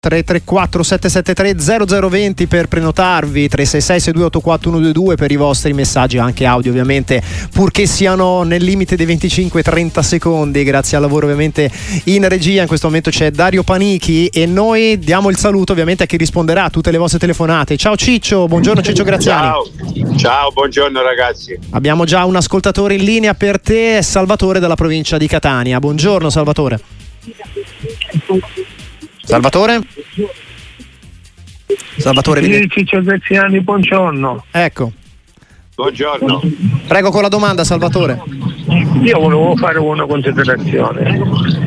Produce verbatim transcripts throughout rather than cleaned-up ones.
tre tre quattro sette sette tre zero zero due zero per prenotarvi, tre sei sei sei due otto quattro uno due due per i vostri messaggi, anche audio ovviamente, purché siano nel limite dei venticinque trenta secondi, grazie al lavoro ovviamente in regia. In questo momento c'è Dario Panichi e noi diamo il saluto ovviamente a chi risponderà a tutte le vostre telefonate. Ciao Ciccio, buongiorno Ciccio Graziani. Ciao, ciao, buongiorno ragazzi. Abbiamo già un ascoltatore in linea per te, Salvatore dalla provincia di Catania. Buongiorno Salvatore. Salvatore? Salvatore, sì, Ciccio Graziani, buongiorno. Ecco. Buongiorno. Prego con la domanda, Salvatore. Io volevo fare una considerazione.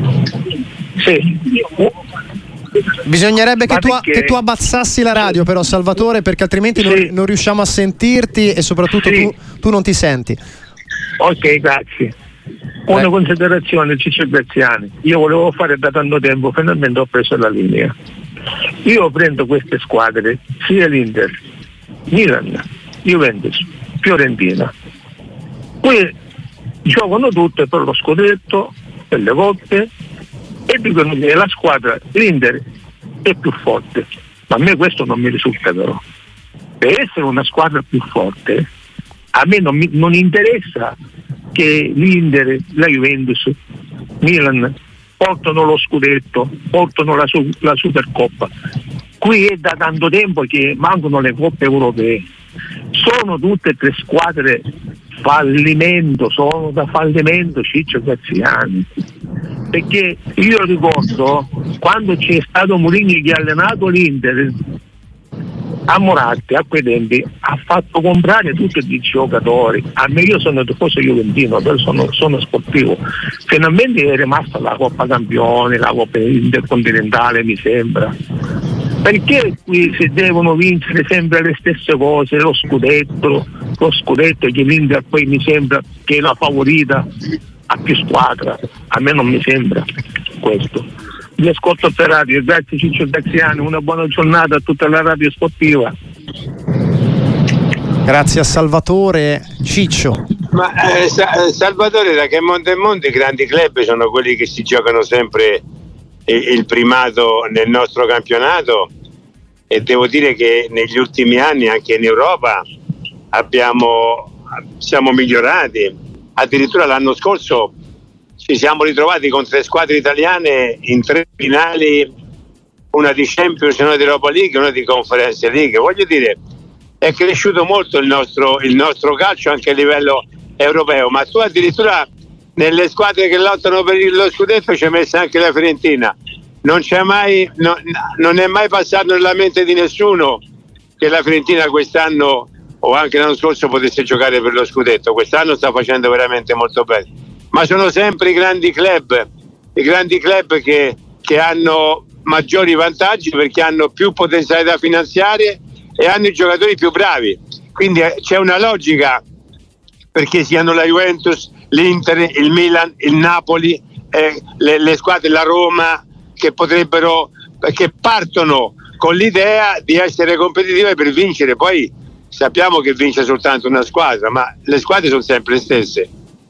Sì. Bisognerebbe che tu, che tu abbassassi la radio però, Salvatore, perché altrimenti sì. non, non riusciamo a sentirti e soprattutto sì. tu, tu non ti senti. Ok, grazie. Una considerazione, Ciccio Graziani. Io volevo fare da tanto tempo, finalmente ho preso la linea. Io prendo queste squadre, sia l'Inter, Milan, Juventus, Fiorentina. Qui giocano tutte per lo scudetto, per le coppe, e dicono che la squadra, l'Inter, è più forte. Ma a me questo non mi risulta però. Per essere una squadra più forte, a me non, mi, non interessa che l'Inter, la Juventus, Milan portano lo scudetto, portano la, su, la Supercoppa. Qui è da tanto tempo che mancano le coppe europee. Sono tutte e tre squadre fallimento, sono da fallimento, Ciccio Graziani. Perché io ricordo quando c'è stato Mourinho che ha allenato l'Inter, a Moratti a quei tempi ha fatto comprare tutti i giocatori. A me, io sono tifoso juventino, però sono, sono sportivo. Finalmente è rimasta la Coppa Campioni, la Coppa Intercontinentale, mi sembra. Perché qui si devono vincere sempre le stesse cose, lo scudetto, lo scudetto che l'Inter poi mi sembra che è la favorita, ha più squadra. A me non mi sembra questo. Vi ascolto per radio, grazie Ciccio Graziani, una buona giornata a tutta la radio sportiva. Grazie a Salvatore. Ciccio. Ma eh, Sa- Salvatore, da che mondo è mondo i grandi club sono quelli che si giocano sempre eh, il primato nel nostro campionato, e devo dire che negli ultimi anni anche in Europa abbiamo siamo migliorati. Addirittura l'anno scorso ci siamo ritrovati con tre squadre italiane in tre finali, una di Champions, una di Europa League, una di Conference League. Voglio dire, è cresciuto molto il nostro, il nostro calcio anche a livello europeo, ma tu addirittura nelle squadre che lottano per lo scudetto ci hai messa anche la Fiorentina. Non c'è mai, no, non è mai passato nella mente di nessuno che la Fiorentina quest'anno o anche l'anno scorso potesse giocare per lo scudetto. Quest'anno sta facendo veramente molto bene. Ma sono sempre i grandi club, i grandi club che, che hanno maggiori vantaggi perché hanno più potenzialità finanziarie e hanno i giocatori più bravi. Quindi eh, c'è una logica perché siano la Juventus, l'Inter, il Milan, il Napoli, eh, le, le squadre, la Roma, che potrebbero, che partono con l'idea di essere competitive per vincere. Poi sappiamo che vince soltanto una squadra, ma le squadre sono sempre le stesse.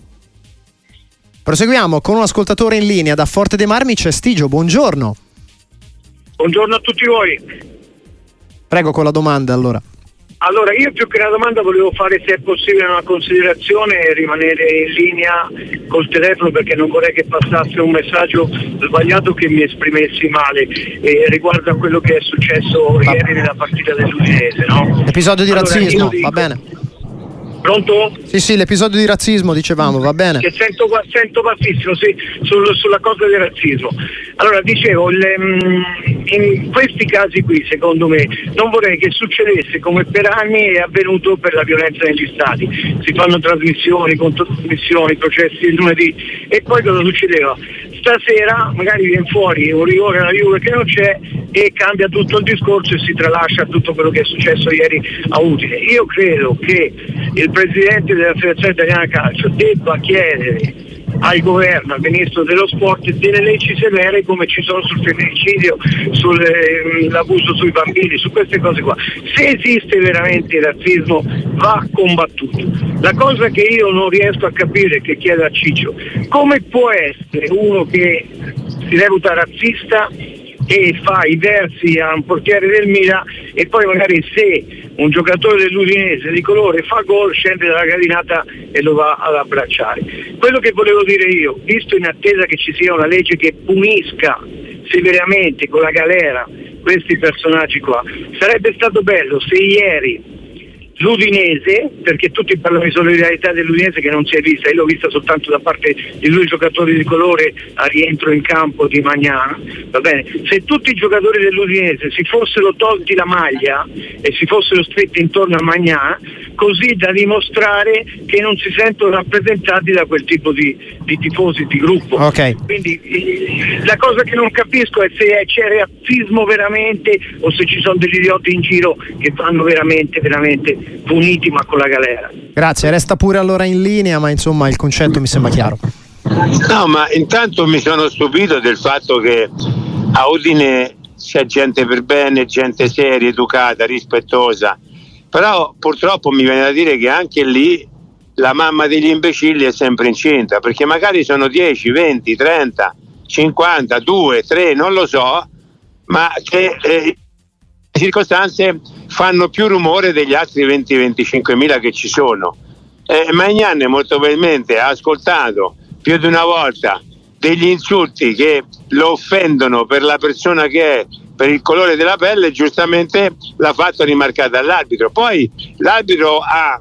Proseguiamo con un ascoltatore in linea da Forte dei Marmi, c'è Stigio, buongiorno. Buongiorno a tutti voi. Prego con la domanda allora. Allora, io più che una domanda volevo fare, se è possibile, una considerazione e rimanere in linea col telefono, perché non vorrei che passasse un messaggio sbagliato che mi esprimessi male eh, riguardo a quello che è successo va ieri nella partita dell'Udinese, no? Episodio di allora, razzismo, dico, va bene. Pronto? Sì, sì, l'episodio di razzismo, dicevamo, va bene. Che sento, sento bassissimo, sì, sul, sulla cosa del razzismo. Allora, dicevo, le, in questi casi qui, secondo me, non vorrei che succedesse come per anni è avvenuto per la violenza negli stadi. Si fanno trasmissioni, controtrasmissioni, processi il lunedì, e poi cosa succedeva? Stasera magari viene fuori un rigore alla Juve che non c'è e cambia tutto il discorso e si tralascia tutto quello che è successo ieri a Udine. Io credo che il presidente della Federazione Italiana Calcio debba chiedere al governo, al ministro dello sport, delle leggi severe come ci sono sul femminicidio, sull'abuso sui bambini, su queste cose qua. Se esiste veramente il razzismo va combattuto. La cosa che io non riesco a capire, che chiedo a Ciccio, come può essere uno che si reputa razzista e fa i versi a un portiere del Milan e poi magari se un giocatore dell'Udinese di colore fa gol scende dalla gradinata e lo va ad abbracciare. Quello che volevo dire io, visto in attesa che ci sia una legge che punisca severamente con la galera questi personaggi qua, sarebbe stato bello se ieri l'Udinese, perché tutti parlano di solidarietà dell'Udinese che non si è vista, io l'ho vista soltanto da parte di due giocatori di colore a rientro in campo di Magnana, va bene, se tutti i giocatori dell'Udinese si fossero tolti la maglia e si fossero stretti intorno a Magnana, così da dimostrare che non si sentono rappresentati da quel tipo di, di tifosi di gruppo. Okay. Quindi eh, la cosa che non capisco è se c'è razzismo veramente o se ci sono degli idioti in giro che vanno veramente veramente puniti ma con la galera. Grazie, resta pure allora in linea, ma insomma il concetto mi sembra chiaro. No, ma intanto mi sono stupito del fatto che a Udine c'è gente per bene, gente seria, educata, rispettosa, però purtroppo mi viene da dire che anche lì la mamma degli imbecilli è sempre incinta, perché magari sono dieci, venti, trenta, cinquanta, due, tre, non lo so, ma che eh, circostanze fanno più rumore degli altri venti venticinque mila che ci sono. Eh, Magnani molto probabilmente ha ascoltato più di una volta degli insulti che lo offendono per la persona che è, per il colore della pelle, giustamente l'ha fatto rimarcare all'arbitro. Poi l'arbitro ha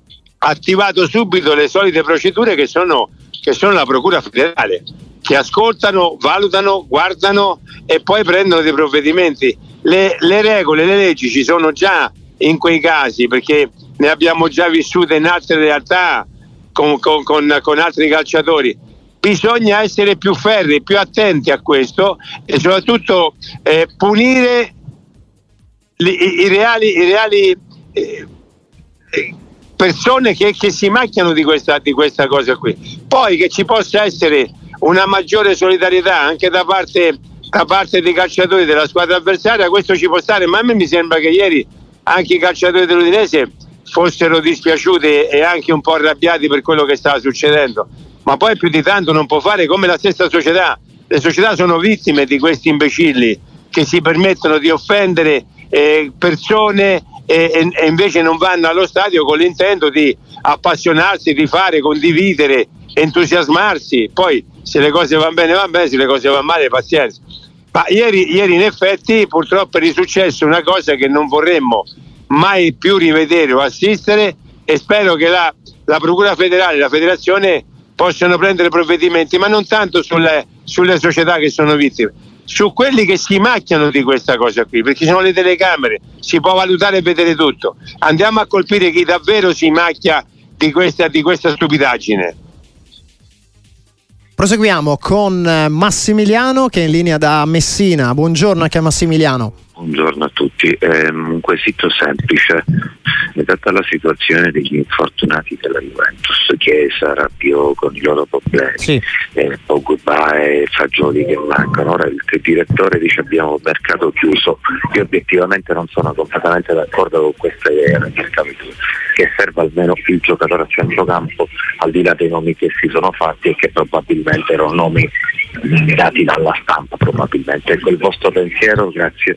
attivato subito le solite procedure che sono, che sono la Procura Federale, che ascoltano, valutano, guardano e poi prendono dei provvedimenti. Le, le regole, le leggi ci sono già in quei casi, perché ne abbiamo già vissute in altre realtà con, con, con, con altri calciatori. Bisogna essere più ferri, più attenti a questo e soprattutto eh, punire i, i reali, i reali eh, persone che, che si macchiano di questa, di questa cosa qui. Poi che ci possa essere una maggiore solidarietà anche da parte, da parte dei calciatori della squadra avversaria, questo ci può stare, ma a me mi sembra che ieri anche i calciatori dell'Udinese fossero dispiaciuti e anche un po' arrabbiati per quello che stava succedendo, ma poi più di tanto non può fare come la stessa società. Le società sono vittime di questi imbecilli che si permettono di offendere eh, persone e, e invece non vanno allo stadio con l'intento di appassionarsi, di fare, condividere, entusiasmarsi. Poi se le cose vanno bene va bene, se le cose vanno male pazienza. Ma ieri, ieri in effetti purtroppo è risuccesso una cosa che non vorremmo mai più rivedere o assistere, e spero che la, la Procura Federale e la Federazione possano prendere provvedimenti, ma non tanto sulle, sulle società che sono vittime, su quelli che si macchiano di questa cosa qui, perché ci sono le telecamere, si può valutare e vedere tutto. Andiamo a colpire chi davvero si macchia di questa, di questa stupidaggine. Proseguiamo con Massimiliano che è in linea da Messina. Buongiorno anche a Massimiliano. Buongiorno a tutti, è un quesito semplice, è data la situazione degli infortunati della Juventus, Chiesa, Rabiot con i loro problemi, sì. eh, Pogba e Fagioli che mancano. Ora il direttore dice abbiamo mercato chiuso, io obiettivamente non sono completamente d'accordo con questa idea, che serva almeno il giocatore a centrocampo al di là dei nomi che si sono fatti e che probabilmente erano nomi dati dalla stampa probabilmente. Ecco il vostro pensiero, grazie.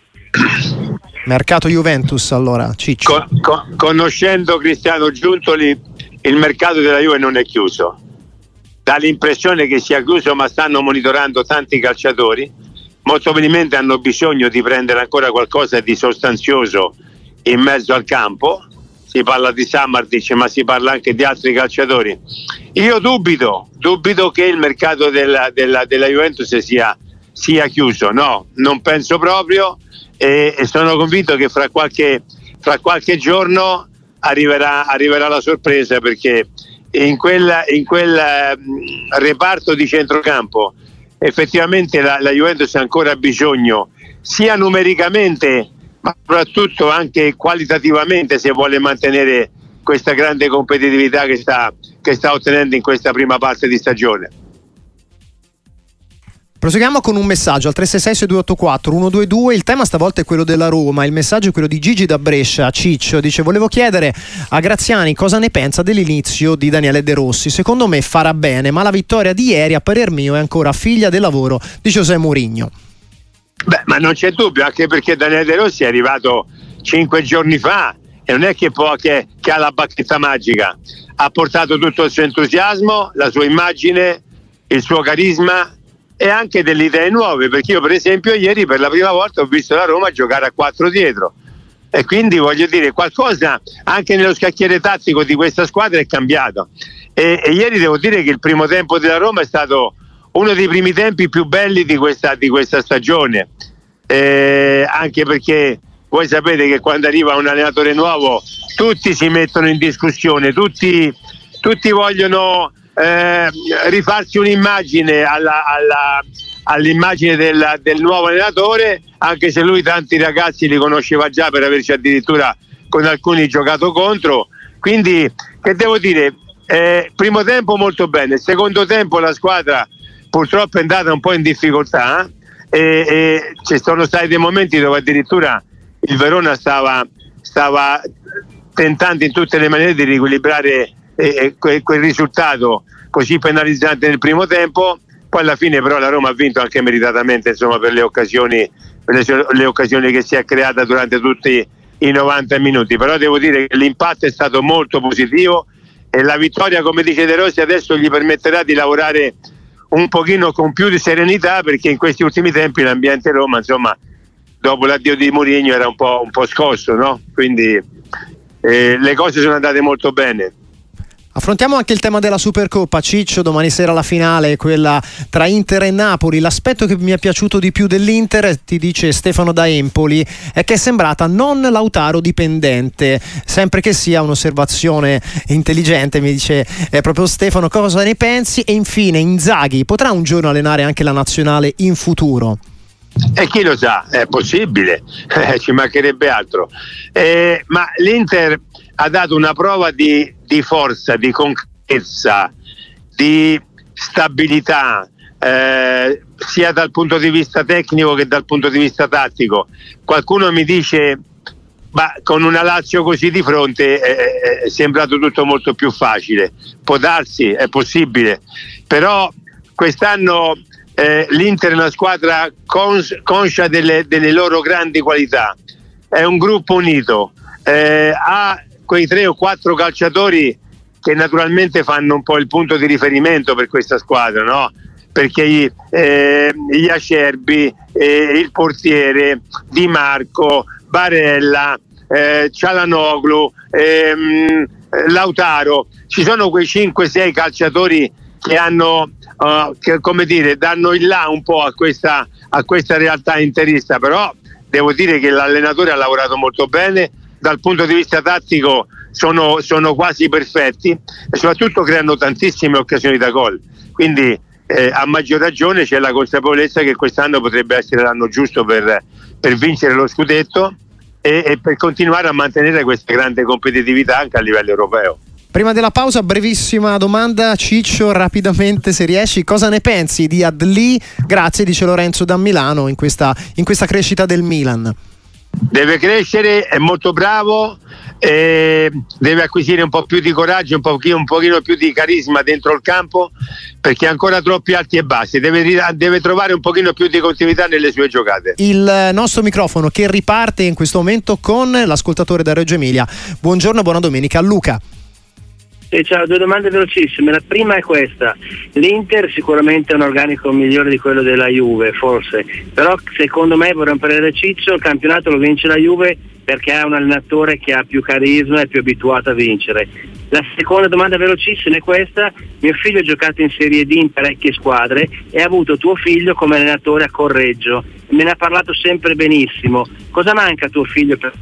Mercato Juventus allora, Ciccio. Con, con, conoscendo Cristiano Giuntoli, il mercato della Juve non è chiuso, dà l'impressione che sia chiuso, ma stanno monitorando tanti calciatori, molto probabilmente hanno bisogno di prendere ancora qualcosa di sostanzioso in mezzo al campo. Si parla di Samardic, ma si parla anche di altri calciatori. Io dubito, dubito che il mercato della, della, della Juventus sia, sia chiuso, no, non penso proprio. E, e sono convinto che fra qualche, fra qualche giorno arriverà, arriverà la sorpresa, perché in quel, in quel um, reparto di centrocampo effettivamente la, la Juventus ha ancora bisogno, sia numericamente ma soprattutto anche qualitativamente, se vuole mantenere questa grande competitività che sta, che sta ottenendo in questa prima parte di stagione. Proseguiamo con un messaggio al tre sei sei sei due otto quattro uno due due. Il tema stavolta è quello della Roma, il messaggio è quello di Gigi da Brescia. Ciccio dice: volevo chiedere a Graziani cosa ne pensa dell'inizio di Daniele De Rossi. Secondo me farà bene, ma la vittoria di ieri a parer mio è ancora figlia del lavoro di José Mourinho. Beh, ma non c'è dubbio, anche perché Daniele De Rossi è arrivato cinque giorni fa e non è che, può, che, che ha la bacchetta magica, ha portato tutto il suo entusiasmo, la sua immagine, il suo carisma e anche delle idee nuove, perché io per esempio ieri per la prima volta ho visto la Roma giocare a quattro dietro e quindi voglio dire qualcosa anche nello scacchiere tattico di questa squadra è cambiato e, e ieri devo dire che il primo tempo della Roma è stato uno dei primi tempi più belli di questa, di questa stagione, eh, anche perché voi sapete che quando arriva un allenatore nuovo tutti si mettono in discussione, tutti, tutti vogliono eh, rifarsi un'immagine alla, alla, all'immagine del, del nuovo allenatore, anche se lui tanti ragazzi li conosceva già per averci addirittura con alcuni giocato contro. Quindi che devo dire, eh, primo tempo molto bene, secondo tempo la squadra purtroppo è andata un po' in difficoltà eh, e, e ci sono stati dei momenti dove addirittura il Verona stava, stava tentando in tutte le maniere di riequilibrare eh, quel, quel risultato così penalizzante nel primo tempo. Poi alla fine però la Roma ha vinto anche meritatamente, insomma, per le occasioni, per le, le occasioni che si è creata durante tutti i novanta minuti. Però devo dire che l'impatto è stato molto positivo e la vittoria, come dice De Rossi, adesso gli permetterà di lavorare un pochino con più di serenità, perché in questi ultimi tempi l'ambiente Roma, insomma, dopo l'addio di Mourinho era un po', un po' scosso, no? Quindi eh, le cose sono andate molto bene. Affrontiamo anche il tema della Supercoppa, Ciccio. Domani sera la finale, quella tra Inter e Napoli. L'aspetto che mi è piaciuto di più dell'Inter, ti dice Stefano da Empoli, è che è sembrata non Lautaro dipendente, sempre che sia un'osservazione intelligente, mi dice eh, proprio Stefano. Cosa ne pensi? E infine Inzaghi potrà un giorno allenare anche la nazionale in futuro? E chi lo sa, è possibile, eh, ci mancherebbe altro. Eh, ma l'Inter ha dato una prova di, di forza, di concretezza, di stabilità, eh, sia dal punto di vista tecnico che dal punto di vista tattico. Qualcuno mi dice, ma con una Lazio così di fronte eh, è sembrato tutto molto più facile. Può darsi, è possibile, però quest'anno Eh, l'Inter è una squadra cons- conscia delle, delle loro grandi qualità, è un gruppo unito, eh, ha quei tre o quattro calciatori che naturalmente fanno un po' il punto di riferimento per questa squadra, no? Perché eh, gli Acerbi, eh, il portiere, Di Marco, Barella, eh, Çalhanoğlu, ehm, Lautaro, ci sono quei cinque sei calciatori che hanno Uh, che come dire danno il là un po' a questa, a questa realtà interista. Però devo dire che l'allenatore ha lavorato molto bene, dal punto di vista tattico sono, sono quasi perfetti e soprattutto creano tantissime occasioni da gol, quindi eh, a maggior ragione c'è la consapevolezza che quest'anno potrebbe essere l'anno giusto per, per vincere lo scudetto e, e per continuare a mantenere questa grande competitività anche a livello europeo. Prima della pausa, brevissima domanda, Ciccio, rapidamente se riesci, cosa ne pensi di Adli? Grazie, dice Lorenzo da Milano, in questa, in questa crescita del Milan. Deve crescere, è molto bravo, eh, deve acquisire un po' più di coraggio, un pochino, un pochino più di carisma dentro il campo, perché ha ancora troppi alti e bassi, deve, deve trovare un pochino più di continuità nelle sue giocate. Il nostro microfono che riparte in questo momento con l'ascoltatore da Reggio Emilia. Buongiorno, buona domenica, Luca. Eh, ciao, due domande velocissime. La prima è questa: l'Inter sicuramente è un organico migliore di quello della Juve, forse, però secondo me, vorrei imparare da Ciccio, il campionato lo vince la Juve perché ha un allenatore che ha più carisma e più abituato a vincere. La seconda domanda velocissima è questa: mio figlio ha giocato in Serie D in parecchie squadre e ha avuto tuo figlio come allenatore a Correggio, me ne ha parlato sempre benissimo. Cosa manca a tuo figlio per...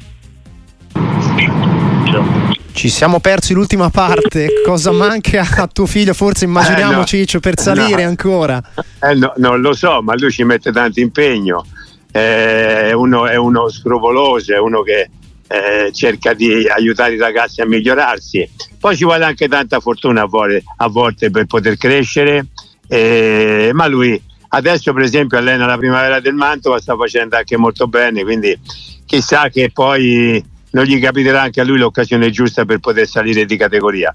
Ci siamo persi l'ultima parte. Cosa manca a tuo figlio? Forse immaginiamo, eh no, Ciccio, per salire no. ancora. Eh no, non lo so, ma lui ci mette tanto impegno. Eh, uno, è uno scrupoloso, è uno che eh, cerca di aiutare i ragazzi a migliorarsi. Poi ci vuole anche tanta fortuna a volte, a volte per poter crescere. Eh, ma lui adesso, per esempio, allena la Primavera del Mantova, sta facendo anche molto bene, quindi chissà che poi non gli capiterà anche a lui l'occasione giusta per poter salire di categoria.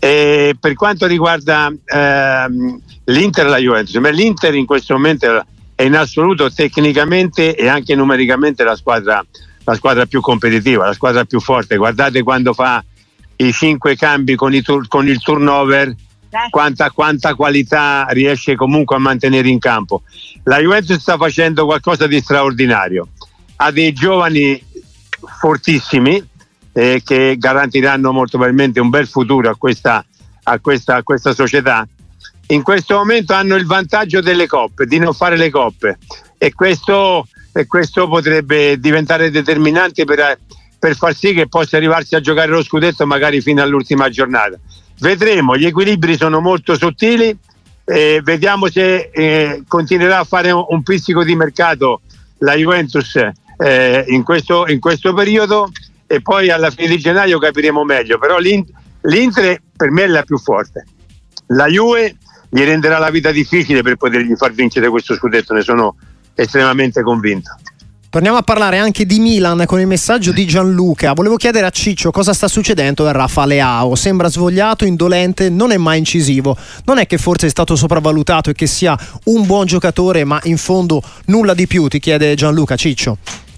E per quanto riguarda ehm, l'Inter e la Juventus, l'Inter in questo momento è in assoluto tecnicamente e anche numericamente la squadra, la squadra più competitiva, la squadra più forte. Guardate quando fa i cinque cambi con, i tur- con il turnover, quanta, quanta qualità riesce comunque a mantenere in campo. La Juventus sta facendo qualcosa di straordinario, ha dei giovani fortissimi eh, che garantiranno molto probabilmente un bel futuro a questa, a questa, a questa società. In questo momento hanno il vantaggio delle coppe, di non fare le coppe, e questo, e questo potrebbe diventare determinante per, per far sì che possa arrivarsi a giocare lo scudetto magari fino all'ultima giornata. Vedremo, gli equilibri sono molto sottili, eh, vediamo se eh, continuerà a fare un, un pizzico di mercato la Juventus eh, in, questo, in questo periodo, e poi alla fine di gennaio capiremo meglio. Però l'Inter, l'Inter per me è la più forte, la Juve gli renderà la vita difficile per potergli far vincere questo scudetto, ne sono estremamente convinto. Torniamo a parlare anche di Milan con il messaggio di Gianluca. Volevo chiedere a Ciccio cosa sta succedendo a Rafa Leao. Sembra svogliato, indolente, non è mai incisivo. Non è che forse è stato sopravvalutato e che sia un buon giocatore, ma in fondo nulla di più, ti chiede Gianluca. Ciccio.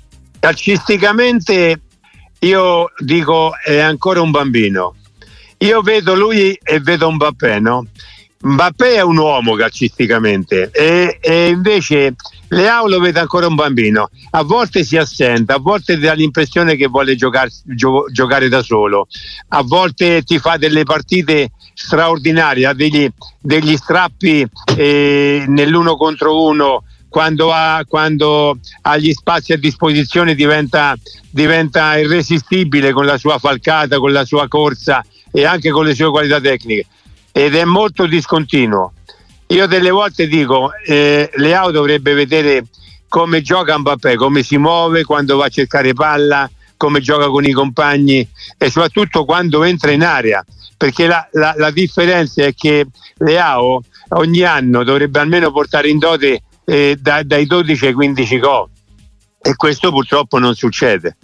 Calcisticamente io dico è ancora un bambino. Io vedo lui e vedo Mbappé, no? Mbappé è un uomo calcisticamente e, e invece Leao lo vede ancora un bambino. A volte si assenta, a volte dà l'impressione che vuole giocare, gio, giocare da solo, a volte ti fa delle partite straordinarie, ha degli, degli strappi eh, nell'uno contro uno. Quando ha, quando ha gli spazi a disposizione diventa, diventa irresistibile con la sua falcata, con la sua corsa e anche con le sue qualità tecniche, ed è molto discontinuo. Io delle volte dico eh, Leao dovrebbe vedere come gioca Mbappé, come si muove quando va a cercare palla, come gioca con i compagni e soprattutto quando entra in area, perché la, la, la differenza è che Leao ogni anno dovrebbe almeno portare in dote eh, da, dai dodici ai quindici gol, e questo purtroppo non succede.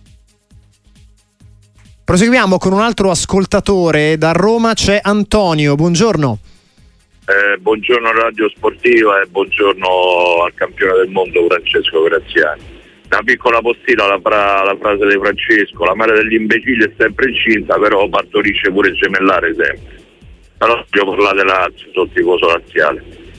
Proseguiamo con un altro ascoltatore. Da Roma c'è Antonio, buongiorno. Eh, buongiorno Radio Sportiva e buongiorno al campione del mondo Francesco Graziani. Una piccola postilla alla, fra, alla frase di Francesco: la madre degli imbecilli è sempre incinta, però partorisce pure gemellare sempre. Però voglio parlare della Lazio, sono tifoso laziale.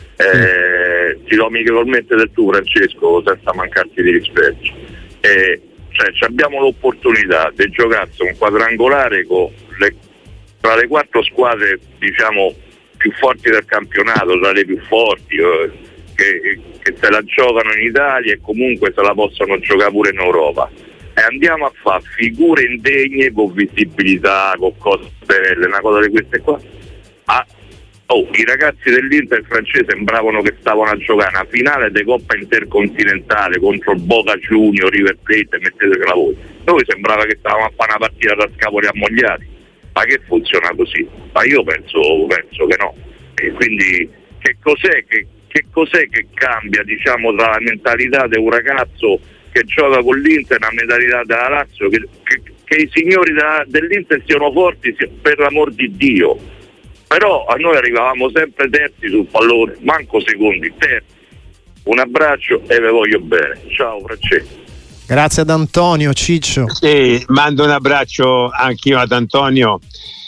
Eh, ti do amichevolmente del tu, Francesco, senza mancarti di rispetto. Eh, cioè abbiamo l'opportunità di giocarsi un quadrangolare con le, tra le quattro squadre diciamo più forti del campionato, tra le più forti eh, che, che se la giocano in Italia e comunque se la possono giocare pure in Europa, e andiamo a fare figure indegne con visibilità, con cose belle, una cosa di queste qua. Ah, oh, i ragazzi dell'Inter francese sembravano che stavano a giocare una finale di Coppa Intercontinentale contro il Boca Junior, River Plate, mettetela voi. Noi sembrava che stavamo a fare una partita da scapoli ammogliati. Ma che funziona così? Ma io penso, penso che no. E quindi che cos'è che, che cos'è che cambia, diciamo, tra la mentalità di un ragazzo che gioca con l'Inter e la mentalità della Lazio? Che, che, che i signori da, dell'Inter siano forti, per l'amor di Dio. Però a noi arrivavamo sempre terzi sul pallone, manco secondi, terzi. Un abbraccio e ve voglio bene. Ciao Francesco. Grazie ad Antonio. Ciccio. Sì, mando un abbraccio anch'io ad Antonio.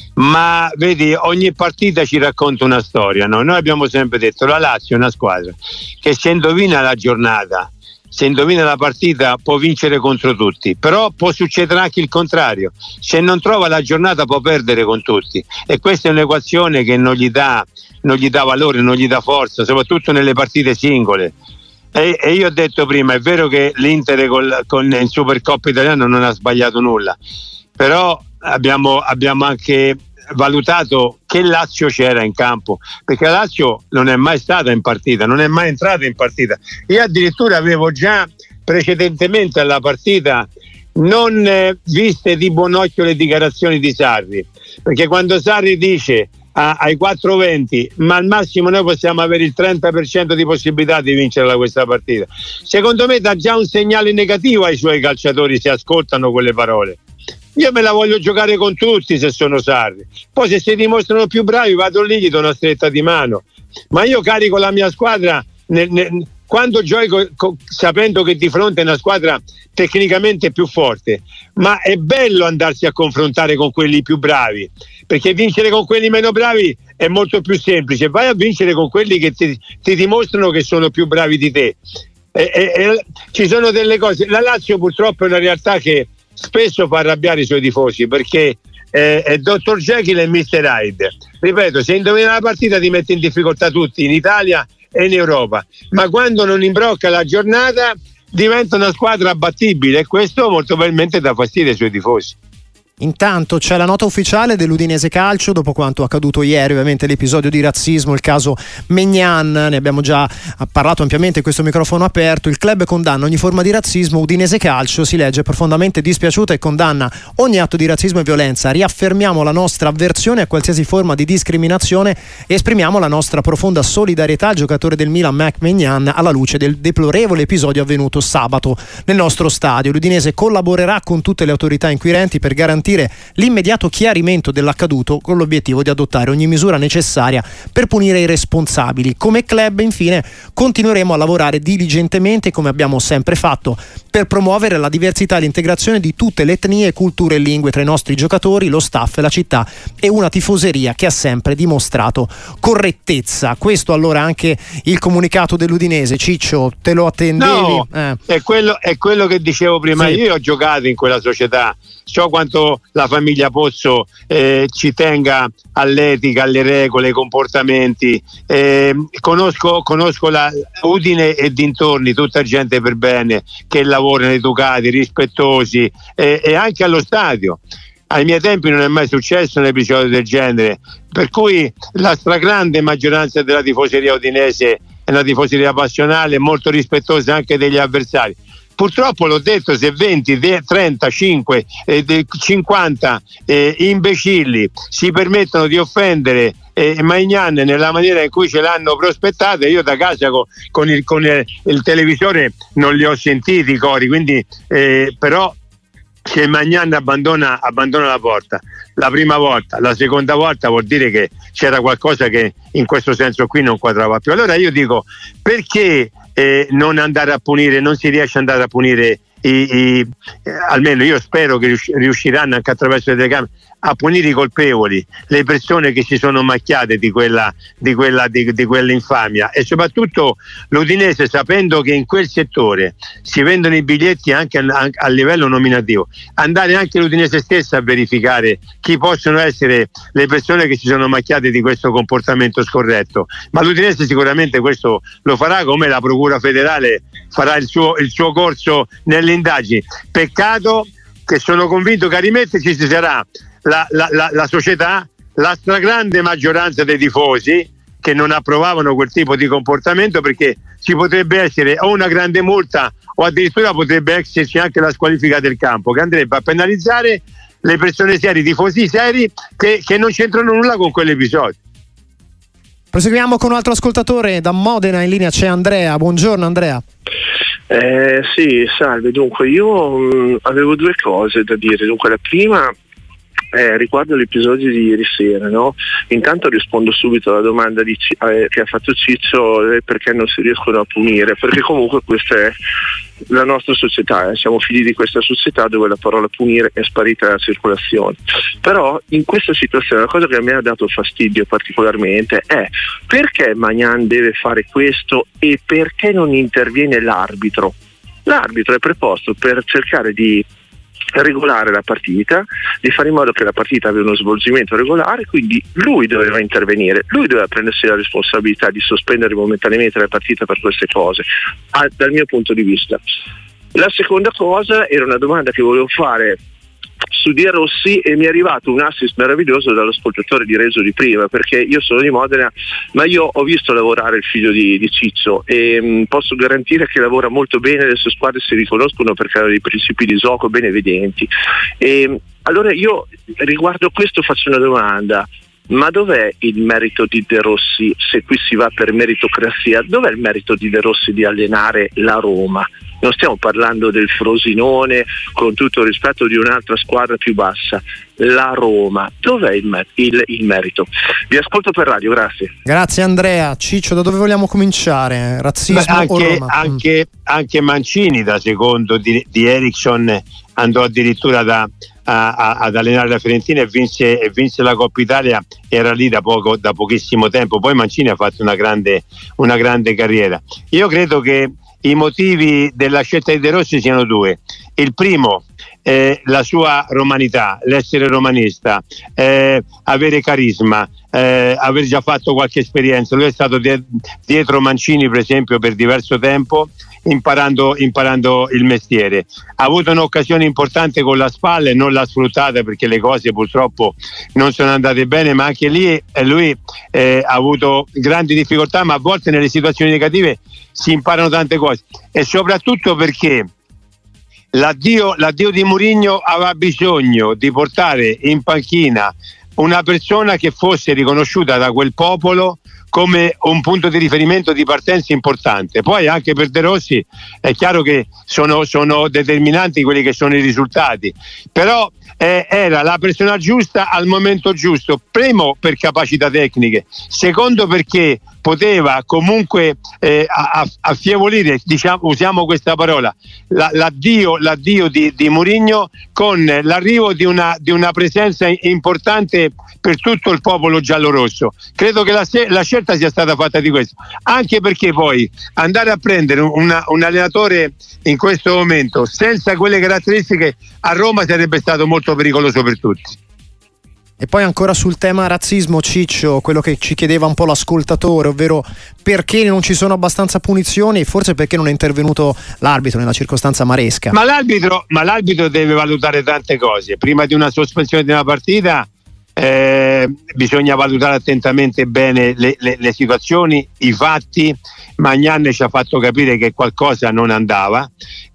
Ma vedi, ogni partita ci racconta una storia, no? Noi abbiamo sempre detto la Lazio è una squadra che se indovina la giornata, se indovina la partita può vincere contro tutti, però può succedere anche il contrario: se non trova la giornata può perdere con tutti, e questa è un'equazione che non gli dà, non gli dà valore, non gli dà forza, soprattutto nelle partite singole. E, e io ho detto prima, è vero che l'Inter col, con il Supercoppa italiano non ha sbagliato nulla, però abbiamo, abbiamo anche valutato che Lazio c'era in campo, perché la Lazio non è mai stata in partita, non è mai entrata in partita. Io addirittura avevo già precedentemente alla partita non eh, viste di buon occhio le dichiarazioni di Sarri, perché quando Sarri dice a, ai quattro venti ma al massimo noi possiamo avere il trenta per cento di possibilità di vincere questa partita, secondo me dà già un segnale negativo ai suoi calciatori se ascoltano quelle parole. Io me la voglio giocare con tutti se sono Sarri, poi se si dimostrano più bravi vado lì, gli do una stretta di mano, ma io carico la mia squadra nel, nel, quando giochi co- co- sapendo che di fronte è una squadra tecnicamente più forte, ma è bello andarsi a confrontare con quelli più bravi, perché vincere con quelli meno bravi è molto più semplice. Vai a vincere con quelli che ti, ti dimostrano che sono più bravi di te. E, e, e, ci sono delle cose. La Lazio purtroppo è una realtà che spesso fa arrabbiare i suoi tifosi, perché è, è dottor Jekyll e mister Hyde. Ripeto, se indovina la partita ti mette in difficoltà tutti, in Italia e in Europa, ma quando non imbrocca la giornata diventa una squadra abbattibile, e questo molto probabilmente dà fastidio ai suoi tifosi. Intanto c'è la nota ufficiale dell'Udinese Calcio dopo quanto accaduto ieri, ovviamente l'episodio di razzismo, il caso Maignan, ne abbiamo già parlato ampiamente in questo microfono aperto. Il club condanna ogni forma di razzismo. Udinese Calcio, si legge, profondamente dispiaciuta e condanna ogni atto di razzismo e violenza. Riaffermiamo la nostra avversione a qualsiasi forma di discriminazione e esprimiamo la nostra profonda solidarietà al giocatore del Milan Mac Maignan alla luce del deplorevole episodio avvenuto sabato nel nostro stadio. L'Udinese collaborerà con tutte le autorità inquirenti per garantire l'immediato chiarimento dell'accaduto, con l'obiettivo di adottare ogni misura necessaria per punire i responsabili. Come club, infine, continueremo a lavorare diligentemente, come abbiamo sempre fatto, per promuovere la diversità e l'integrazione di tutte le etnie, culture e lingue tra i nostri giocatori, lo staff, la città e una tifoseria che ha sempre dimostrato correttezza. Questo allora anche il comunicato dell'Udinese. Ciccio, te lo attendevi? No, eh. è, quello, è quello che dicevo prima. Sì. Io ho giocato in quella società, so quanto la famiglia Pozzo eh, ci tenga all'etica, alle regole, ai comportamenti. Eh, conosco, conosco la Udine e dintorni, tutta gente per bene, che lavorano educati, rispettosi, eh, e anche allo stadio. Ai miei tempi non è mai successo un episodio del genere, per cui la stragrande maggioranza della tifoseria udinese è una tifoseria passionale, molto rispettosa anche degli avversari. Purtroppo l'ho detto, se venti, trentacinque, cinquanta eh, imbecilli si permettono di offendere eh, Maignan nella maniera in cui ce l'hanno prospettata, io da casa con, con, il, con il, il televisore non li ho sentiti i cori, quindi eh, però se Maignan abbandona, abbandona la porta la prima volta, la seconda volta vuol dire che c'era qualcosa che in questo senso qui non quadrava più. Allora io dico, perché eh, non andare a punire, non si riesce ad andare a punire i, i, eh, almeno io spero che riusciranno anche attraverso le telecamere a punire i colpevoli, le persone che si sono macchiate di quella di quella di, di quell'infamia, e soprattutto l'Udinese, sapendo che in quel settore si vendono i biglietti anche a, a, a livello nominativo, andare anche l'Udinese stessa a verificare chi possono essere le persone che si sono macchiate di questo comportamento scorretto. Ma l'Udinese sicuramente questo lo farà, come la Procura federale farà il suo, il suo corso nelle indagini. Peccato che sono convinto che a rimetterci ci sarà La, la, la, la società, la stragrande maggioranza dei tifosi che non approvavano quel tipo di comportamento, perché ci potrebbe essere o una grande multa o addirittura potrebbe esserci anche la squalifica del campo, che andrebbe a penalizzare le persone serie, i tifosi seri che, che non c'entrano nulla con quell'episodio. Proseguiamo con un altro ascoltatore da Modena, in linea c'è Andrea. Buongiorno Andrea. Eh, sì, salve. Dunque io mh, avevo due cose da dire. Dunque la prima Eh, riguardo l'episodio di ieri sera, no? Intanto rispondo subito alla domanda di, eh, che ha fatto Ciccio, eh, perché non si riescono a punire, perché comunque questa è la nostra società, eh? Siamo figli di questa società dove la parola punire è sparita dalla circolazione. Però in questa situazione la cosa che a me ha dato fastidio particolarmente è perché Maignan deve fare questo e perché non interviene l'arbitro. L'arbitro è preposto per cercare di regolare la partita, di fare in modo che la partita abbia uno svolgimento regolare, quindi lui doveva intervenire, lui doveva prendersi la responsabilità di sospendere momentaneamente la partita per queste cose, ah, dal mio punto di vista. La seconda cosa era una domanda che volevo fare su De Rossi e mi è arrivato un assist meraviglioso dall'ascoltatore di Reso di prima, perché io sono di Modena ma io ho visto lavorare il figlio di, di Ciccio e mh, posso garantire che lavora molto bene, le sue squadre si riconoscono perché hanno dei principi di gioco ben evidenti. E allora io riguardo questo faccio una domanda: ma dov'è il merito di De Rossi, se qui si va per meritocrazia, dov'è il merito di De Rossi di allenare la Roma? non stiamo parlando del Frosinone, con tutto il rispetto, di un'altra squadra più bassa, la Roma. Dov'è il, mer- il, il merito? Vi ascolto per radio, grazie. Grazie Andrea. Ciccio, da dove vogliamo cominciare? Razzismo Beh, anche, o Roma? anche, anche Mancini, da secondo di, di Eriksson, andò addirittura da, a, a, ad allenare la Fiorentina e vinse, e vinse la Coppa Italia, era lì da poco, da pochissimo tempo. Poi Mancini ha fatto una grande, una grande carriera. Io credo che i motivi della scelta di De Rossi siano due. Il primo, eh, la sua romanità, l'essere romanista, eh, avere carisma, eh, aver già fatto qualche esperienza. Lui è stato die- dietro Mancini, per esempio, per diverso tempo, imparando, imparando il mestiere. Ha avuto un'occasione importante con la spalla e non l'ha sfruttata, perché le cose purtroppo non sono andate bene, ma anche lì eh, lui eh, ha avuto grandi difficoltà, ma a volte nelle situazioni negative si imparano tante cose, e soprattutto perché l'addio, l'addio di Mourinho aveva bisogno di portare in panchina una persona che fosse riconosciuta da quel popolo come un punto di riferimento, di partenza importante. Poi anche per De Rossi è chiaro che sono, sono determinanti quelli che sono i risultati, però eh, era la persona giusta al momento giusto, primo per capacità tecniche, secondo perché poteva comunque eh, affievolire, diciamo, usiamo questa parola, la, l'addio, l'addio di, di Mourinho con l'arrivo di una, di una presenza importante per tutto il popolo giallorosso. Credo che la, la scelta sia stata fatta di questo, anche perché poi andare a prendere una, un allenatore in questo momento senza quelle caratteristiche a Roma sarebbe stato molto pericoloso per tutti. E poi ancora sul tema razzismo, Ciccio, quello che ci chiedeva un po' l'ascoltatore, ovvero perché non ci sono abbastanza punizioni, forse perché non è intervenuto l'arbitro nella circostanza Maresca. Ma l'arbitro, ma l'arbitro deve valutare tante cose. Prima di una sospensione di una partita eh, bisogna valutare attentamente bene le, le, le situazioni, i fatti. Magnan ci ha fatto capire che qualcosa non andava,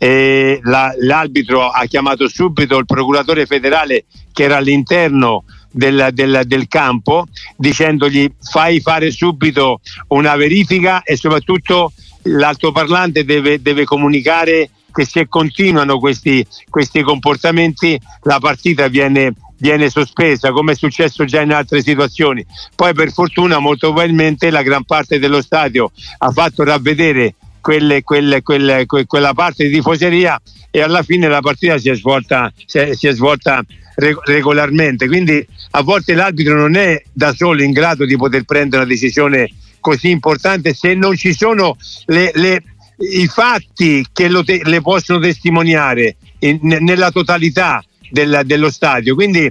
e la, l'arbitro ha chiamato subito il procuratore federale che era all'interno Del, del, del campo, dicendogli fai fare subito una verifica, e soprattutto l'altoparlante deve, deve comunicare che se continuano questi, questi comportamenti la partita viene, viene sospesa, come è successo già in altre situazioni. Poi per fortuna molto probabilmente la gran parte dello stadio ha fatto ravvedere quelle, quelle, quelle, quella parte di tifoseria, e alla fine la partita si è svolta, si è, si è svolta regolarmente. Quindi a volte l'arbitro non è da solo in grado di poter prendere una decisione così importante se non ci sono le, le, i fatti che lo te, le possono testimoniare in, nella totalità del, dello stadio. Quindi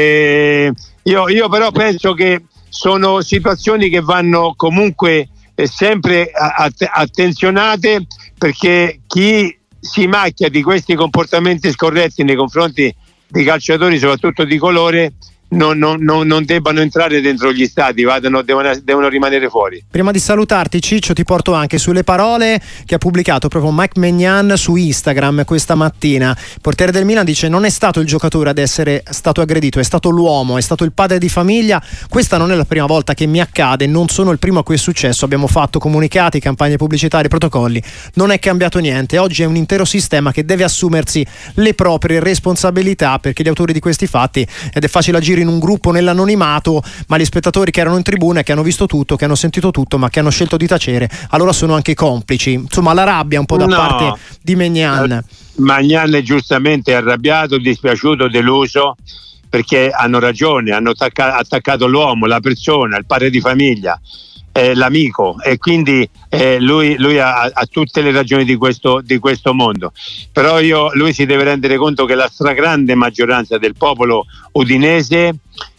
eh, io, io però penso che sono situazioni che vanno comunque eh, sempre att- attenzionate, perché chi si macchia di questi comportamenti scorretti nei confronti di calciatori, soprattutto di colore, non, non, non, non debbano entrare dentro gli stadi, vadano, devono, devono rimanere fuori. Prima di salutarti, Ciccio, ti porto anche sulle parole che ha pubblicato proprio Mike Maignan su Instagram questa mattina. Il portiere del Milan dice: non è stato il giocatore ad essere stato aggredito, è stato l'uomo, è stato il padre di famiglia. Questa non è la prima volta che mi accade, non sono il primo a cui è successo. Abbiamo fatto comunicati, campagne pubblicitarie, protocolli, non è cambiato niente. Oggi è un intero sistema che deve assumersi le proprie responsabilità, perché gli autori di questi fatti, ed è facile agire in un gruppo nell'anonimato, ma gli spettatori che erano in tribuna, che hanno visto tutto, che hanno sentito tutto, ma che hanno scelto di tacere, allora sono anche complici. Insomma, la rabbia un po' da no. parte di Maignan. Maignan è giustamente arrabbiato, dispiaciuto, deluso, perché hanno ragione, hanno attacca- attaccato l'uomo, la persona, il padre di famiglia, eh, l'amico, e quindi eh, lui, lui ha, ha tutte le ragioni di questo, di questo mondo. Però io, lui si deve rendere conto che la stragrande maggioranza del popolo udinese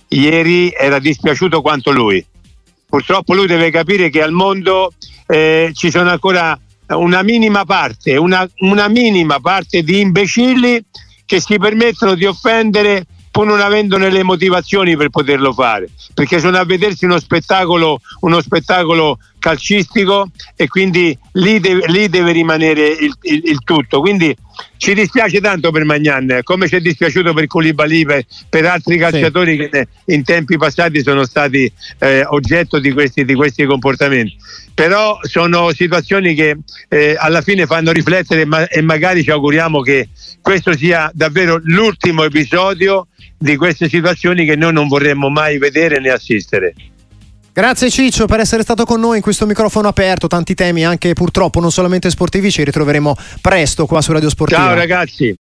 ieri era dispiaciuto quanto lui. Purtroppo lui deve capire che al mondo eh, ci sono ancora una minima parte, una, una minima parte di imbecilli che si permettono di offendere pur non avendone le motivazioni per poterlo fare, perché sono a vedersi uno spettacolo, uno spettacolo calcistico e quindi lì deve, lì deve rimanere il, il, il tutto. Quindi ci dispiace tanto per Magnan, come ci è dispiaciuto per Koulibaly, per, per altri calciatori sì. che in tempi passati sono stati eh, oggetto di questi, di questi comportamenti. Però sono situazioni che eh, alla fine fanno riflettere, ma, e magari ci auguriamo che questo sia davvero l'ultimo episodio di queste situazioni che noi non vorremmo mai vedere né assistere. Grazie Ciccio per essere stato con noi in questo microfono aperto, tanti temi anche purtroppo non solamente sportivi, ci ritroveremo presto qua su Radio Sportiva. Ciao ragazzi.